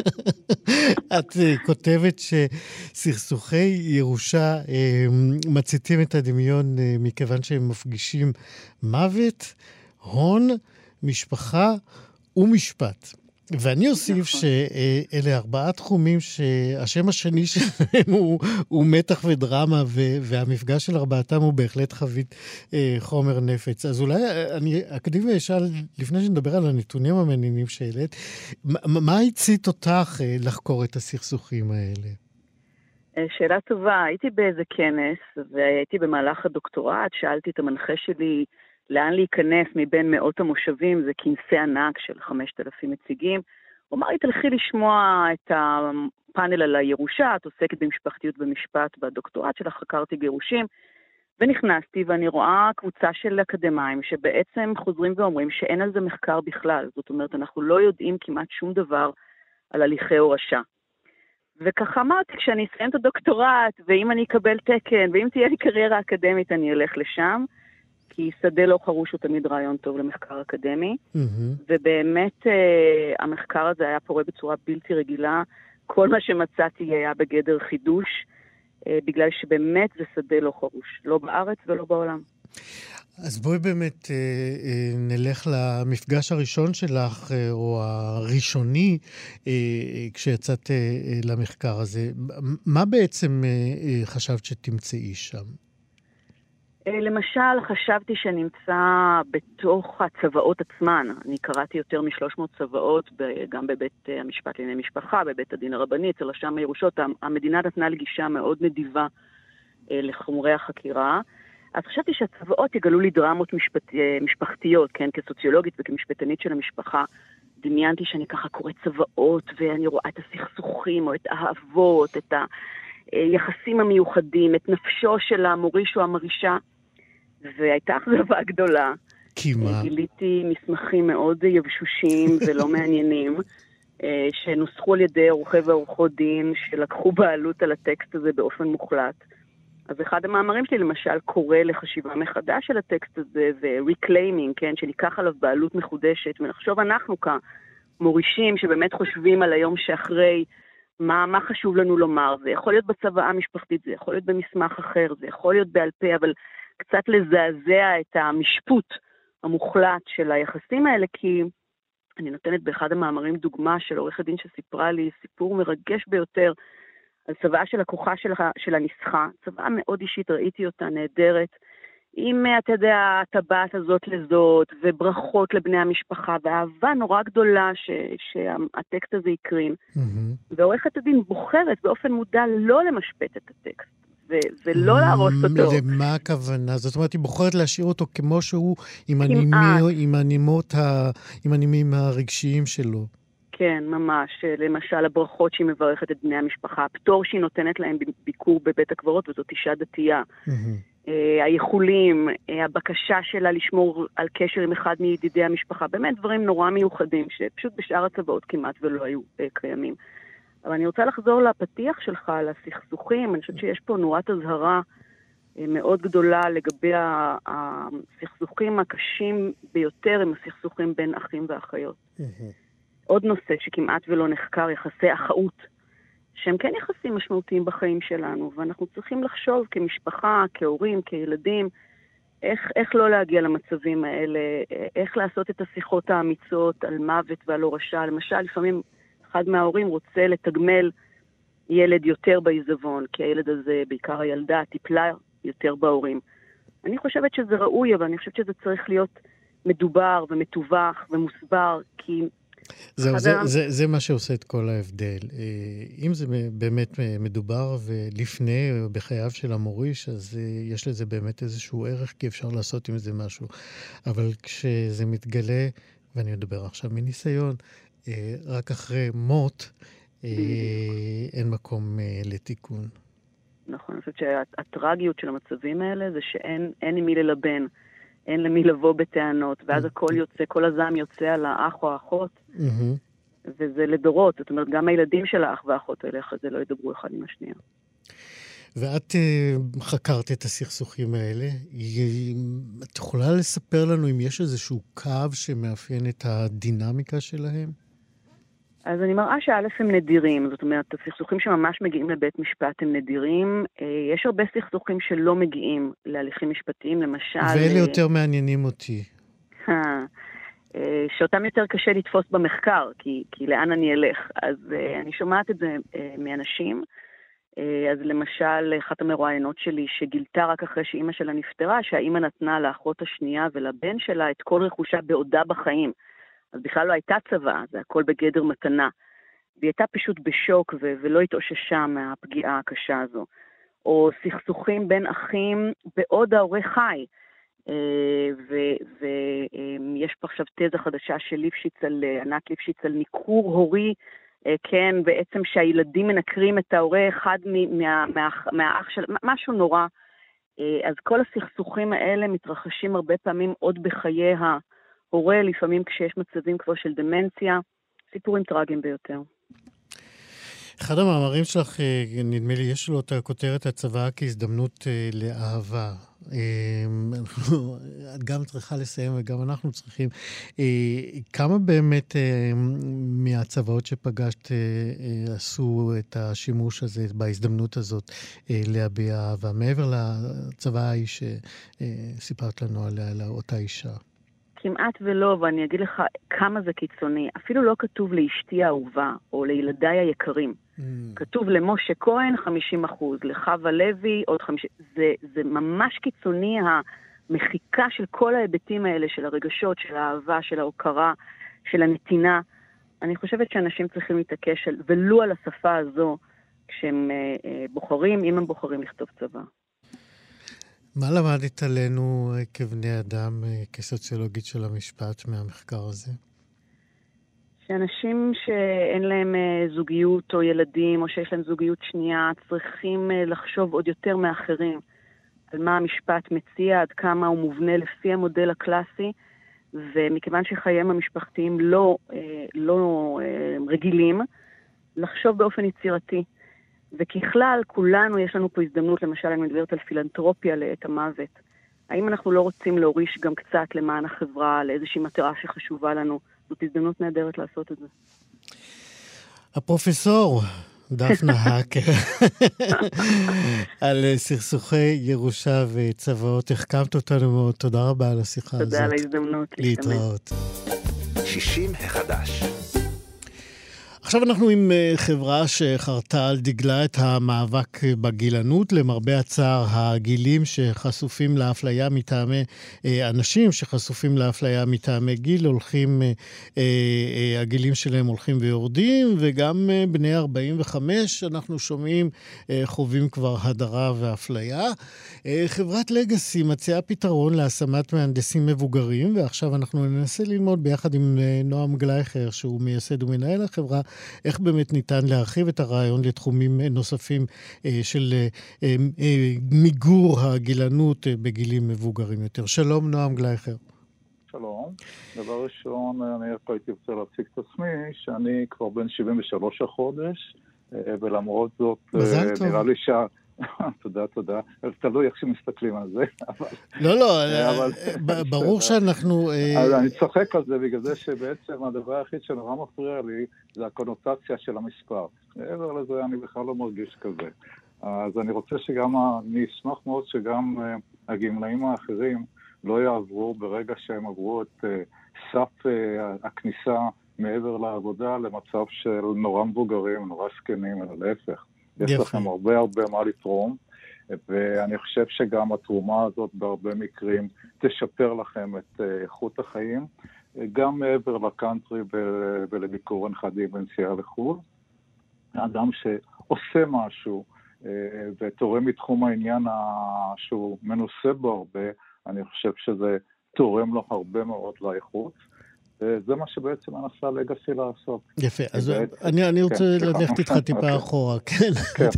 את כותבת שסכסוכי ירושה מציתים את הדמיון מכיוון שהם מפגישים מוות, הון, משפחה ומשפט. ואני אוסיף שאלה ארבעה תחומים שהשם השני שלהם הוא, הוא מתח ודרמה, והמפגש של ארבעתם הוא בהחלט חבית חומר נפץ. אז אולי אני אקדים ואשאל, לפני שנדבר על הנתונים המעניינים שהעלית, מה הצית אותך לחקור את הסכסוכים האלה? שאלה טובה. הייתי באיזה כנס, והייתי במהלך הדוקטורט, שאלתי את המנחה שלי, לאן להיכנס מבין מאות המושבים, זה כנסי ענק של חמשת אלפים מציגים. הוא אמר לי, תלכי לשמוע את הפאנל על הירושה, את עוסקת במשפחתיות במשפט, בדוקטורט שלך חקרתי גירושים, ונכנסתי ואני רואה קבוצה של אקדמיים שבעצם חוזרים ואומרים שאין על זה מחקר בכלל. זאת אומרת, אנחנו לא יודעים כמעט שום דבר על הליכי הורשה. וככה אמרתי, כשאני אסיים את הדוקטורט, ואם אני אקבל תקן, ואם תהיה לי קריירה אקדמית, אני אלך לשם. כי שדה לא חרוש הוא תמיד רעיון טוב למחקר אקדמי, mm-hmm. ובאמת uh, המחקר הזה היה פורה בצורה בלתי רגילה, כל מה שמצאתי היה בגדר חידוש, uh, בגלל שבאמת זה שדה לא חרוש, לא בארץ ולא בעולם. אז בואי באמת uh, uh, נלך למפגש הראשון שלך, uh, או הראשוני, uh, כשיצאת uh, למחקר הזה. מה בעצם uh, uh, חשבת שתמצאי שם? למשל, חשבתי שנמצא בתוך הצבאות עצמן. אני קראתי יותר מ-שלוש מאות צבאות, גם בבית המשפט לענייני משפחה, בבית הדין הרבני, אצל רשם הירושות. המדינה נתנה לי גישה מאוד נדיבה לחומרי החקירה. אז חשבתי שהצבאות יגלו לי דרמות משפט... משפחתיות, כן, כסוציולוגית וכמשפטנית של המשפחה. דמיינתי שאני ככה קורא צבאות, ואני רואה את הסכסוכים, או את האהבות, את היחסים המיוחדים, את נפשו של המוריש או המרישה. והייתה אכזבה גדולה. כי מה? גיליתי מסמכים מאוד יבשושים ולא מעניינים, שנוסחו על ידי עורכי ועורכות דין, שלקחו בעלות על הטקסט הזה באופן מוחלט. אז אחד המאמרים שלי למשל קורא לחשיבה מחדש של הטקסט הזה, ו-reclaiming, כן, שניקח עליו בעלות מחודשת, ונחשוב אנחנו כמורישים שבאמת חושבים על היום שאחרי, מה, מה חשוב לנו לומר. זה יכול להיות בצוואה המשפחתית, זה יכול להיות במסמך אחר, זה יכול להיות בעל פה, אבל קצת לזעזע את המשפוט המוחלט של היחסים האלה, כי אני נותנת באחד המאמרים דוגמה של עורכת דין שסיפרה לי סיפור מרגש ביותר על צוואה של הכוחה של, של הנסחה, צוואה מאוד אישית, ראיתי אותה נהדרת, עם, אתה יודע, הטבעת הזאת לזאת, וברכות לבני המשפחה, ואהבה נורא גדולה ש, שהטקסט הזה יקרין. Mm-hmm. ועורכת הדין בוחרת באופן מודע לא למשפט את הטקסט, ו- ולא mm-hmm. להרוס אותו. ומה הכוונה? זאת אומרת, היא בוחרת להשאיר אותו כמו שהוא, עם, הנימי, עם הנימות, ה, עם הנימים הרגשיים שלו. כן, ממש. למשל, הברכות שהיא מברכת את בני המשפחה, הפטור שהיא נותנת להם ביקור בבית הקברות, וזאת אישה דתייה. Mm-hmm. היכולים, הבקשה שלה לשמור על קשר עם אחד מידידי המשפחה, באמת דברים נורא מיוחדים, שפשוט בשאר הצבאות כמעט ולא היו קיימים. אבל אני רוצה לחזור לפתיח שלך, לסכסוכים, אני חושבת שיש פה נורת הזהרה מאוד גדולה לגבי הסכסוכים הקשים ביותר, הם הסכסוכים בין אחים ואחיות. עוד נושא שכמעט ולא נחקר, יחסי אחאות, שהם כן יחסים משמעותיים בחיים שלנו, ואנחנו צריכים לחשוב כמשפחה, כהורים, כילדים, איך, איך לא להגיע למצבים האלה, איך לעשות את השיחות האמיצות על מוות ועל הורשה. למשל, לפעמים אחד מההורים רוצה לתגמל ילד יותר בעיזבון, כי הילד הזה, בעיקר הילדה, טיפלה יותר בהורים. אני חושבת שזה ראוי, אבל אני חושבת שזה צריך להיות מדובר ומתווך ומוסבר, כי זהו, זה, זה, זה מה שעושה את כל ההבדל. אם זה באמת מדובר ולפני בחייו של המוריש, אז יש לזה באמת איזשהו ערך, כי אפשר לעשות עם זה משהו. אבל כשזה מתגלה, ואני מדבר עכשיו מניסיון, רק אחרי מות, אין מקום לתיקון. נכון, אני חושבת שהטרגיות של המצבים האלה זה שאין אין עם מי ללבן. אין למי לבוא בטענות, ואז הכל יוצא, כל הזעם יוצא על האח או האחות, וזה לדורות, זאת אומרת, גם הילדים של האח והאחות האלה, זה לא ידברו אחד עם השנייה. ואת חקרת את הסכסוכים האלה, את יכולה לספר לנו אם יש איזשהו קו שמאפיין את הדינמיקה שלהם? אז אני מראה שא' הם נדירים, זאת אומרת, הסכסוכים שממש מגיעים לבית משפט הם נדירים. יש הרבה סכסוכים שלא מגיעים להליכים משפטיים, למשל... ואלה יותר מעניינים אותי. שאותם יותר קשה לתפוס במחקר, כי, כי לאן אני אלך. אז אני שומעת את זה מאנשים. אז למשל, אחת המרואיינות שלי שגילתה רק אחרי שאימא שלה נפטרה, שהאימא נתנה לאחות השנייה ולבן שלה את כל רכושה בעודה בחיים. אז בכלל לא הייתה צבא, זה הכל בגדר מתנה. והיא הייתה פשוט בשוק ו- ולא התאוששה מהפגיעה הקשה הזו. או סכסוכים בין אחים בעוד ההורה חי. ויש פה עכשיו תזה חדשה של ליפשיץ על, ענת ליפשיץ על ניכור הורי, כן, בעצם שהילדים מנקרים את ההורה אחד מה, מה, מהאח של, משהו נורא. אז כל הסכסוכים האלה מתרחשים הרבה פעמים עוד בחיי ההורה, לפעמים כשיש מצבים כבר של דמנציה, סיפורים טרגיים ביותר. אחד המאמרים שלך, נדמה לי, יש לו את הכותרת הצוואה כהזדמנות לאהבה. את גם צריכה לסיים וגם אנחנו צריכים. כמה באמת מהצוואות שפגשת עשו את השימוש הזה, בהזדמנות הזאת, להביע אהבה? מעבר לצוואה ההיא שסיפרת לנו עליה, לאותה אישה. כמעט ולא, ואני אגיד לך כמה זה קיצוני. אפילו לא כתוב לאשתי האהובה, או לילדיי היקרים. Mm. כתוב למשה כהן חמישים אחוז, לחווה לוי עוד חמישים. זה, זה ממש קיצוני, המחיקה של כל ההיבטים האלה, של הרגשות, של האהבה, של ההוקרה, של הנתינה. אני חושבת שאנשים צריכים להתעקש, ולו על השפה הזו, כשהם אה, בוחרים, אם הם בוחרים לכתוב צבא. מה למדת עלינו כבני אדם, כסוציולוגית של המשפט, מהמחקר הזה? שאנשים שאין להם זוגיות או ילדים, או שיש להם זוגיות שנייה, צריכים לחשוב עוד יותר מאחרים על מה המשפט מציע, עד כמה הוא מובנה לפי המודל הקלאסי, ומכיוון שחייהם המשפחתיים לא, לא רגילים, לחשוב באופן יצירתי. וככלל, כולנו יש לנו פה הזדמנות, למשל, אני מדברת על פילנתרופיה לעת המוות. האם אנחנו לא רוצים להוריש גם קצת למען החברה, לאיזושהי מטרה שחשובה לנו? זאת הזדמנות נהדרת לעשות את זה. הפרופסור דפנה האקר, על סכסוכי ירושה וצוואות. החכמת אותנו מאוד, תודה רבה על השיחה הזאת. תודה על ההזדמנות. להתראות. שישים החדש. עכשיו אנחנו עם חברה שחרתה על דגלה את המאבק בגילנות. למרבה הצער, הגילים שחשופים לאפליה מטעמי, אנשים שחשופים לאפליה מטעמי גיל, הולכים, הגילים שלהם הולכים ויורדים, וגם בני ארבעים וחמש, אנחנו שומעים, חווים כבר הדרה ואפליה. חברת לגאסי מציעה פתרון להשמת מהנדסים מבוגרים, ועכשיו אנחנו ננסה ללמוד ביחד עם נועם גלייכר, שהוא מייסד ומנהל החברה, איך באמת ניתן להרחיב את הרעיון לתחומים נוספים של מיגור הגילנות בגילים מבוגרים יותר. שלום, נועם גלייכר. שלום. דבר ראשון, אני הייתי רוצה להציג את עצמי, שאני כבר בן שבעים ושלוש החודש, ולמרות זאת, נראה לי שה... תודה, תודה. תלוי איך שמסתכלים על זה. לא, לא, ברור שאנחנו... אני צוחק על זה בגלל זה שבעצם הדבר היחיד שנורא מפריע לי זה הקונוטציה של המספר. מעבר לזה אני בכלל לא מרגיש כזה. אז אני רוצה שגם, אני אשמח מאוד שגם הגמלאים האחרים לא יעברו ברגע שהם עברו את סף הכניסה מעבר לעבודה למצב של נורא מבוגרים, נורא סקנים, אלא להפך. יש לכם הרבה הרבה מה לתרום, ואני חושב שגם התרומה הזאת בהרבה מקרים תשפר לכם את איכות החיים, גם מעבר לקאנטרי ולביקור נכדים בנסיעה לחו"ל. האדם שעושה משהו ותורם מתחום העניין שהוא מנוסה בו הרבה, אני חושב שזה תורם לו הרבה מאוד לאיכות. זה מה שבעצם מנסה לגאסי לעשות. יפה, אז אני רוצה ללכת איתך טיפה אחורה, כן?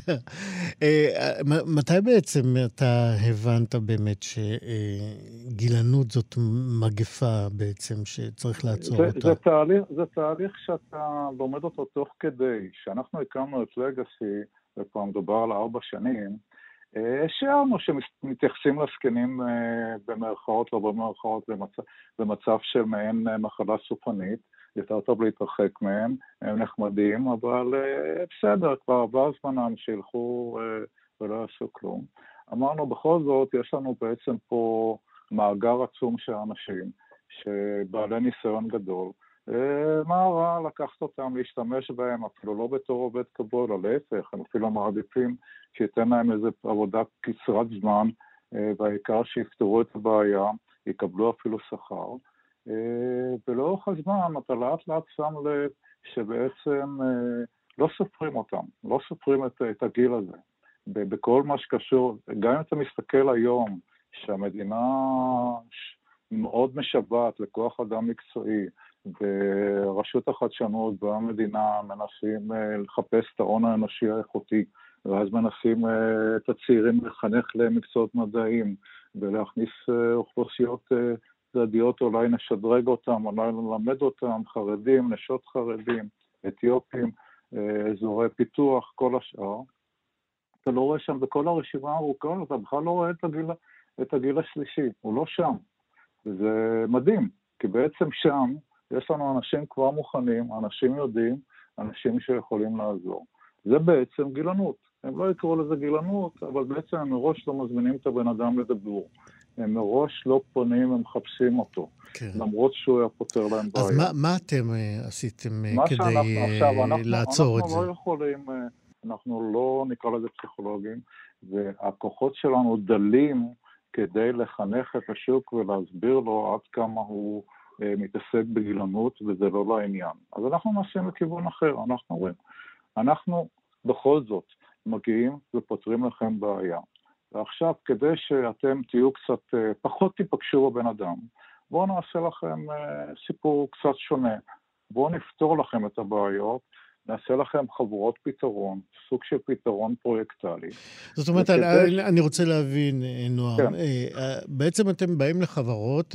מתי בעצם אתה הבנת באמת שגילנות זאת מגפה בעצם שצריך לעצור אותה? זה תהליך שאתה לומד אותו תוך כדי. שאנחנו הקמנו את לגאסי, וכבר מדובר על ארבע שנים, השארנו שמתייחסים לזקנים במרכאות או במרכאות במצב, במצב של מעין מחלה סופנית, יותר טוב להתרחק מהם, הם נחמדים, אבל בסדר, כבר עבר זמנם שילכו ולא יעשו כלום. אמרנו בכל זאת, יש לנו בעצם פה מאגר עצום של אנשים, שבעלי ניסיון גדול, מה רע לקחת אותם, להשתמש בהם, אפילו לא בתור עובד קבוע, אלא להפך, הם אפילו מעדיפים שייתן להם איזו עבודה קצרת זמן, והעיקר שיפתרו את הבעיה, יקבלו אפילו שכר, ולאורך הזמן אתה לאט לאט שם לב שבעצם לא סופרים אותם, לא סופרים את, את הגיל הזה, בכל מה שקשור, גם אם אתה מסתכל היום, שהמדינה מאוד משבעת לכוח אדם מקצועי, ברשות החדשנות והמדינה מנסים לחפש את ההון האנושי האיכותי, ואז מנסים את הצעירים לחנך למקצועות מדעיים, ולהכניס אוכלוסיות דדיות, אולי נשדרג אותם, אולי נלמד אותם, חרדים, נשות חרדים, אתיופים, אזורי פיתוח, כל השאר. אתה לא רואה שם בכל הרשימה הארוכה, אתה בכלל לא רואה את הגיל, את הגיל השלישי, הוא לא שם. וזה מדהים, כי בעצם שם יש לנו אנשים כבר מוכנים, אנשים יודעים, אנשים שיכולים לעזור. זה בעצם גילנות. הם לא יקראו לזה גילנות, אבל בעצם הם מראש לא מזמינים את הבן אדם לדבור. הם מראש לא פונים, הם מחפשים אותו. כן. למרות שהוא היה פותר להם בעיה. אז מה, מה אתם עשיתם מה כדי שאנחנו, עכשיו, אנחנו, לעצור אנחנו את זה? לא יכולים, אנחנו לא נקרא לזה פסיכולוגים, והכוחות שלנו דלים כדי לחנך את השוק ולהסביר לו עד כמה הוא מתעסק בגילנות, וזה לא לעניין. אז אנחנו נעשים לכיוון אחר, אנחנו אומרים, אנחנו בכל זאת מגיעים ופותרים לכם בעיה. ועכשיו, כדי שאתם תהיו קצת, פחות תיפגשו בבן אדם, בואו נעשה לכם סיפור קצת שונה, בואו נפתור לכם את הבעיות, נעשה לכם חבורות פתרון, סוג של פתרון פרויקטלי. זאת אומרת, אני, אני רוצה להבין, נועם, כן. בעצם אתם באים לחברות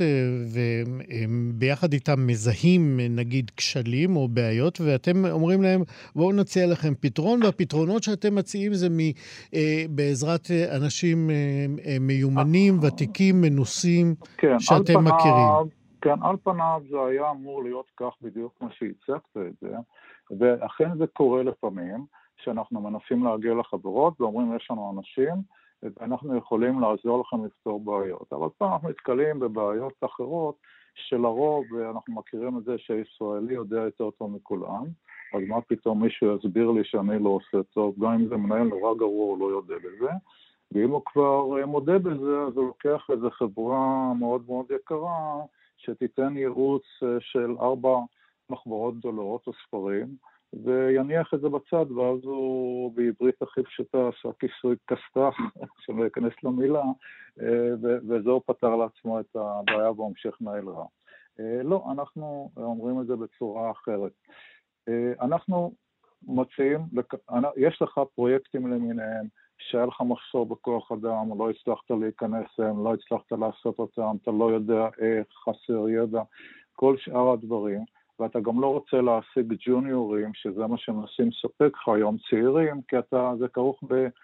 וביחד איתם מזהים, נגיד, כשלים או בעיות, ואתם אומרים להם, בואו נציע לכם פתרון, והפתרונות שאתם מציעים זה בעזרת אנשים מיומנים, ותיקים, מנוסים, כן, שאתם פניו, מכירים. כן, על פניו זה היה אמור להיות כך בדיוק כמו שהצגת את זה, ואכן זה קורה לפעמים, שאנחנו מנסים להגיע לחברות, ואומרים, יש לנו אנשים, ואנחנו יכולים לעזור לכם לפתור בעיות. אבל פעם אנחנו מתקלים בבעיות אחרות, שלרוב, אנחנו מכירים את זה שהישראלי יודע יותר טוב מכולם, אז מה פתאום מישהו יסביר לי שאני לא עושה טוב, גם אם זה מנהל נורא גרוע, הוא לא יודע בזה, ואם הוא כבר מודה בזה, אז הוא לוקח איזו חברה מאוד מאוד יקרה, שתיתן ייעוץ של ארבע מחברות גדולות או ספרים, ויניח את זה בצד, ואז הוא בעברית הכי פשוטה עשה כיסוי כסתח, שלא ייכנס למילה, וזהו פתר לעצמו את הבעיה והמשך נהל רע. לא, אנחנו אומרים את זה בצורה אחרת. אנחנו מציעים, יש לך פרויקטים למיניהם, שהיה לך מחסור בכוח אדם, לא הצלחת להיכנס להם, לא הצלחת לעשות אותם, אתה לא יודע איך, חסר ידע, כל שאר הדברים, ואתה גם לא רוצה להשיג ג'וניורים, שזה מה שמנסים לספק לך היום צעירים, כי אתה, זה כרוך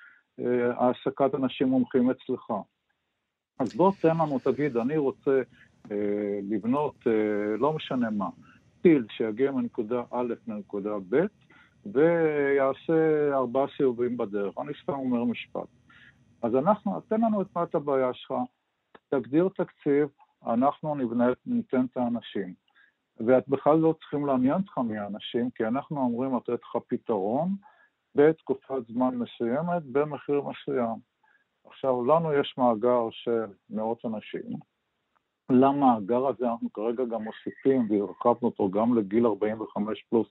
בהעסקת אנשים מומחים אצלך. אז בוא תן לנו, תגיד, אני רוצה אה, לבנות, אה, לא משנה מה, טיל שיגיע מנקודה א' לנקודה ב', ויעשה ארבעה סיבובים בדרך. אני סתם אומר משפט. אז אנחנו, תן לנו את מה את הבעיה שלך, תגדיר תקציב, אנחנו נבנה, ניתן את האנשים. ואת בכלל לא צריכים לעניין אותך מהאנשים, כי אנחנו אומרים לתת לך פתרון בתקופת זמן מסוימת, במחיר מסוים. עכשיו, לנו יש מאגר של מאות אנשים. למאגר הזה אנחנו כרגע גם מוסיפים, והרחבנו אותו גם לגיל ארבעים וחמש פלוס,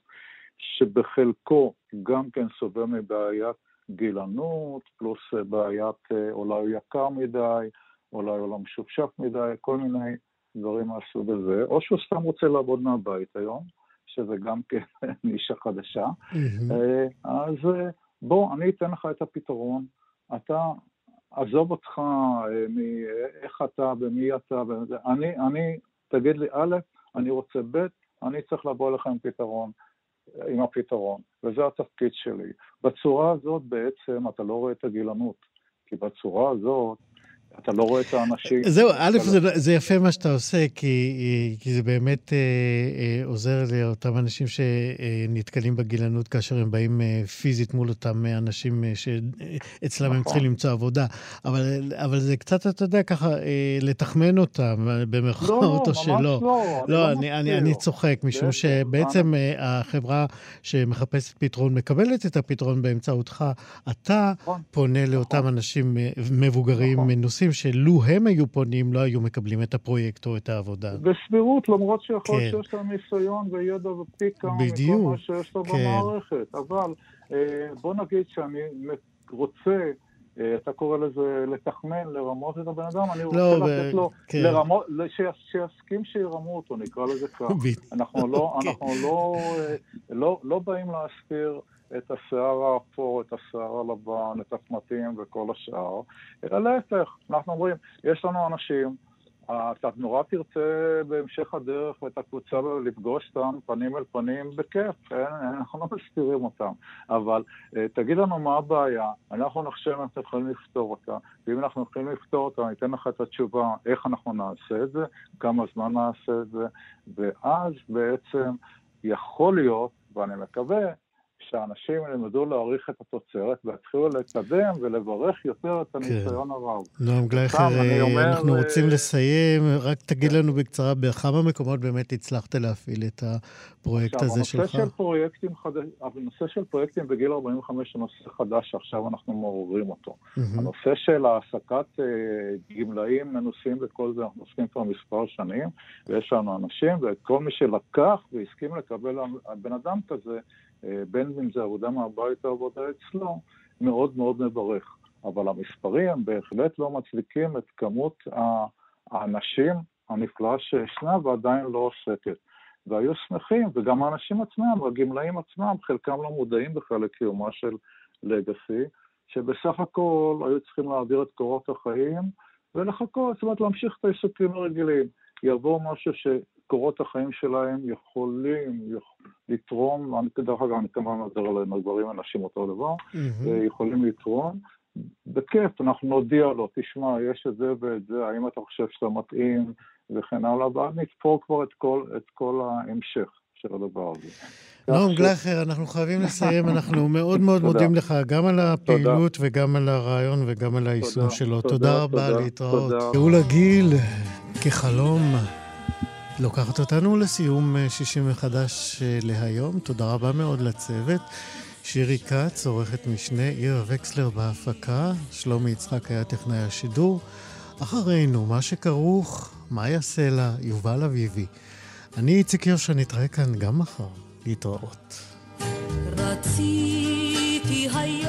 שבחלקו גם כן סובל מבעיית גילנות, פלוס בעיית אולי הוא יקר מדי, אולי הוא לא משופשף מדי, כל מיני דברים מהסוג הזה, או שהוא סתם רוצה לעבוד מהבית היום, שזה גם כן נישה חדשה. אז בוא, אני אתן לך את הפתרון, אתה עזוב אותך מאיך אתה ומי אתה, אני, אני, תגיד לי א', אני רוצה ב', אני צריך לבוא לך עם פתרון, עם הפתרון, וזה התפקיד שלי. בצורה הזאת בעצם אתה לא רואה את הגילנות, כי בצורה הזאת אתה לא רואה את האנשים. זהו, א', זה, זה יפה מה שאתה עושה, כי, כי זה באמת אה, אה, עוזר לאותם אנשים שנתקלים בגילנות, כאשר הם באים אה, פיזית מול אותם אנשים אה, שאצלם נכון. הם צריכים למצוא עבודה. אבל, אבל זה קצת, אתה יודע, ככה, אה, לתחמן אותם, במרכאות לא, או שלא. לא, לא, לא, אני, אני, אני צוחק, משום שבעצם אה, החברה שמחפשת פתרון, מקבלת את הפתרון באמצעותך, אתה נכון. פונה לאותם נכון. אנשים מבוגרים, נכון. מנוסים, שלו הם היו פונים, לא היו מקבלים את הפרויקט או את העבודה. בסבירות, למרות שיכול כן. שיש להם ניסיון וידע ופיקה, מכל מה שיש לו כן. במערכת. אבל בוא נגיד שאני רוצה, אתה קורא לזה לתחמן, לרמות את הבן אדם, אני רוצה לא, לתת ו... לו, כן. לרמות, שיסכים שירמו אותו, נקרא לזה כך. אנחנו לא, אנחנו לא, לא, לא באים להסתיר את השיער האפור, את השיער הלבן, את הקמטים וכל השאר, אלא להפך, אנחנו אומרים, יש לנו אנשים, אתה נורא תרצה בהמשך הדרך ואת הקבוצה לפגוש אותם פנים אל פנים בכיף, אנחנו לא מסתירים אותם, אבל תגיד לנו מה הבעיה, אנחנו נחשב אם אנחנו יכולים לפתור אותה, ואם אנחנו יכולים לפתור אותה, אני אתן לך את התשובה איך אנחנו נעשה את זה, כמה זמן נעשה את זה, ואז בעצם יכול להיות, ואני מקווה, שהאנשים ילמדו להעריך את התוצרת, והתחילו לקדם ולברך יותר את הניסיון הרב. נועם גלייכר, אנחנו רוצים לסיים, רק תגיד לנו בקצרה, בכמה מקומות באמת הצלחת להפעיל את הפרויקט הזה שלך? הנושא של פרויקטים בגיל ארבעים וחמש הוא נושא חדש, שעכשיו אנחנו מעוררים אותו. הנושא של העסקת גמלאים מנוסים וכל זה, אנחנו עוסקים כבר מספר שנים, ויש לנו אנשים, וכל מי שלקח והסכים לקבל בן אדם כזה, בין אם זה עבודה מהבית או עבודה אצלו, מאוד מאוד מברך. אבל המספרים בהחלט לא מצדיקים את כמות האנשים הנפלאה שישנה ועדיין לא עוסקת. והיו שמחים, וגם האנשים עצמם, הגמלאים עצמם, חלקם לא מודעים בכלל לקיומה של לגאסי, שבסך הכל היו צריכים להעביר את קורות החיים, ולחכות, זאת אומרת להמשיך את העיסוקים הרגילים. יבוא משהו שקורות החיים שלהם יכולים לתרום, דרך אגב, אני כמובן מדבר עליהם, הגברים אנשים אותו דבר, יכולים לתרום, בכיף, אנחנו נודיע לו, תשמע, יש את זה ואת זה, האם אתה חושב שאתה מתאים, וכן הלאה, ואז נתפור כבר את כל, את כל ההמשך. של הדבר הזה. נועם גלאכר, אנחנו חייבים לסיים, אנחנו מאוד מאוד מודים לך גם על הפעילות וגם על הרעיון וגם על היישום שלו. תודה רבה, להתראות. גאולה גיל, כחלום, לוקחת אותנו לסיום שישים וחדש להיום. תודה רבה מאוד לצוות. שירי קץ, עורכת משנה, עירה וקסלר בהפקה, שלומי יצחק היה טכנאי השידור. אחרינו, מה שכרוך, מה יעשה לה, יובל אביבי. אני איציק יושע, נתראה כאן גם מחר. להתראות. רציתי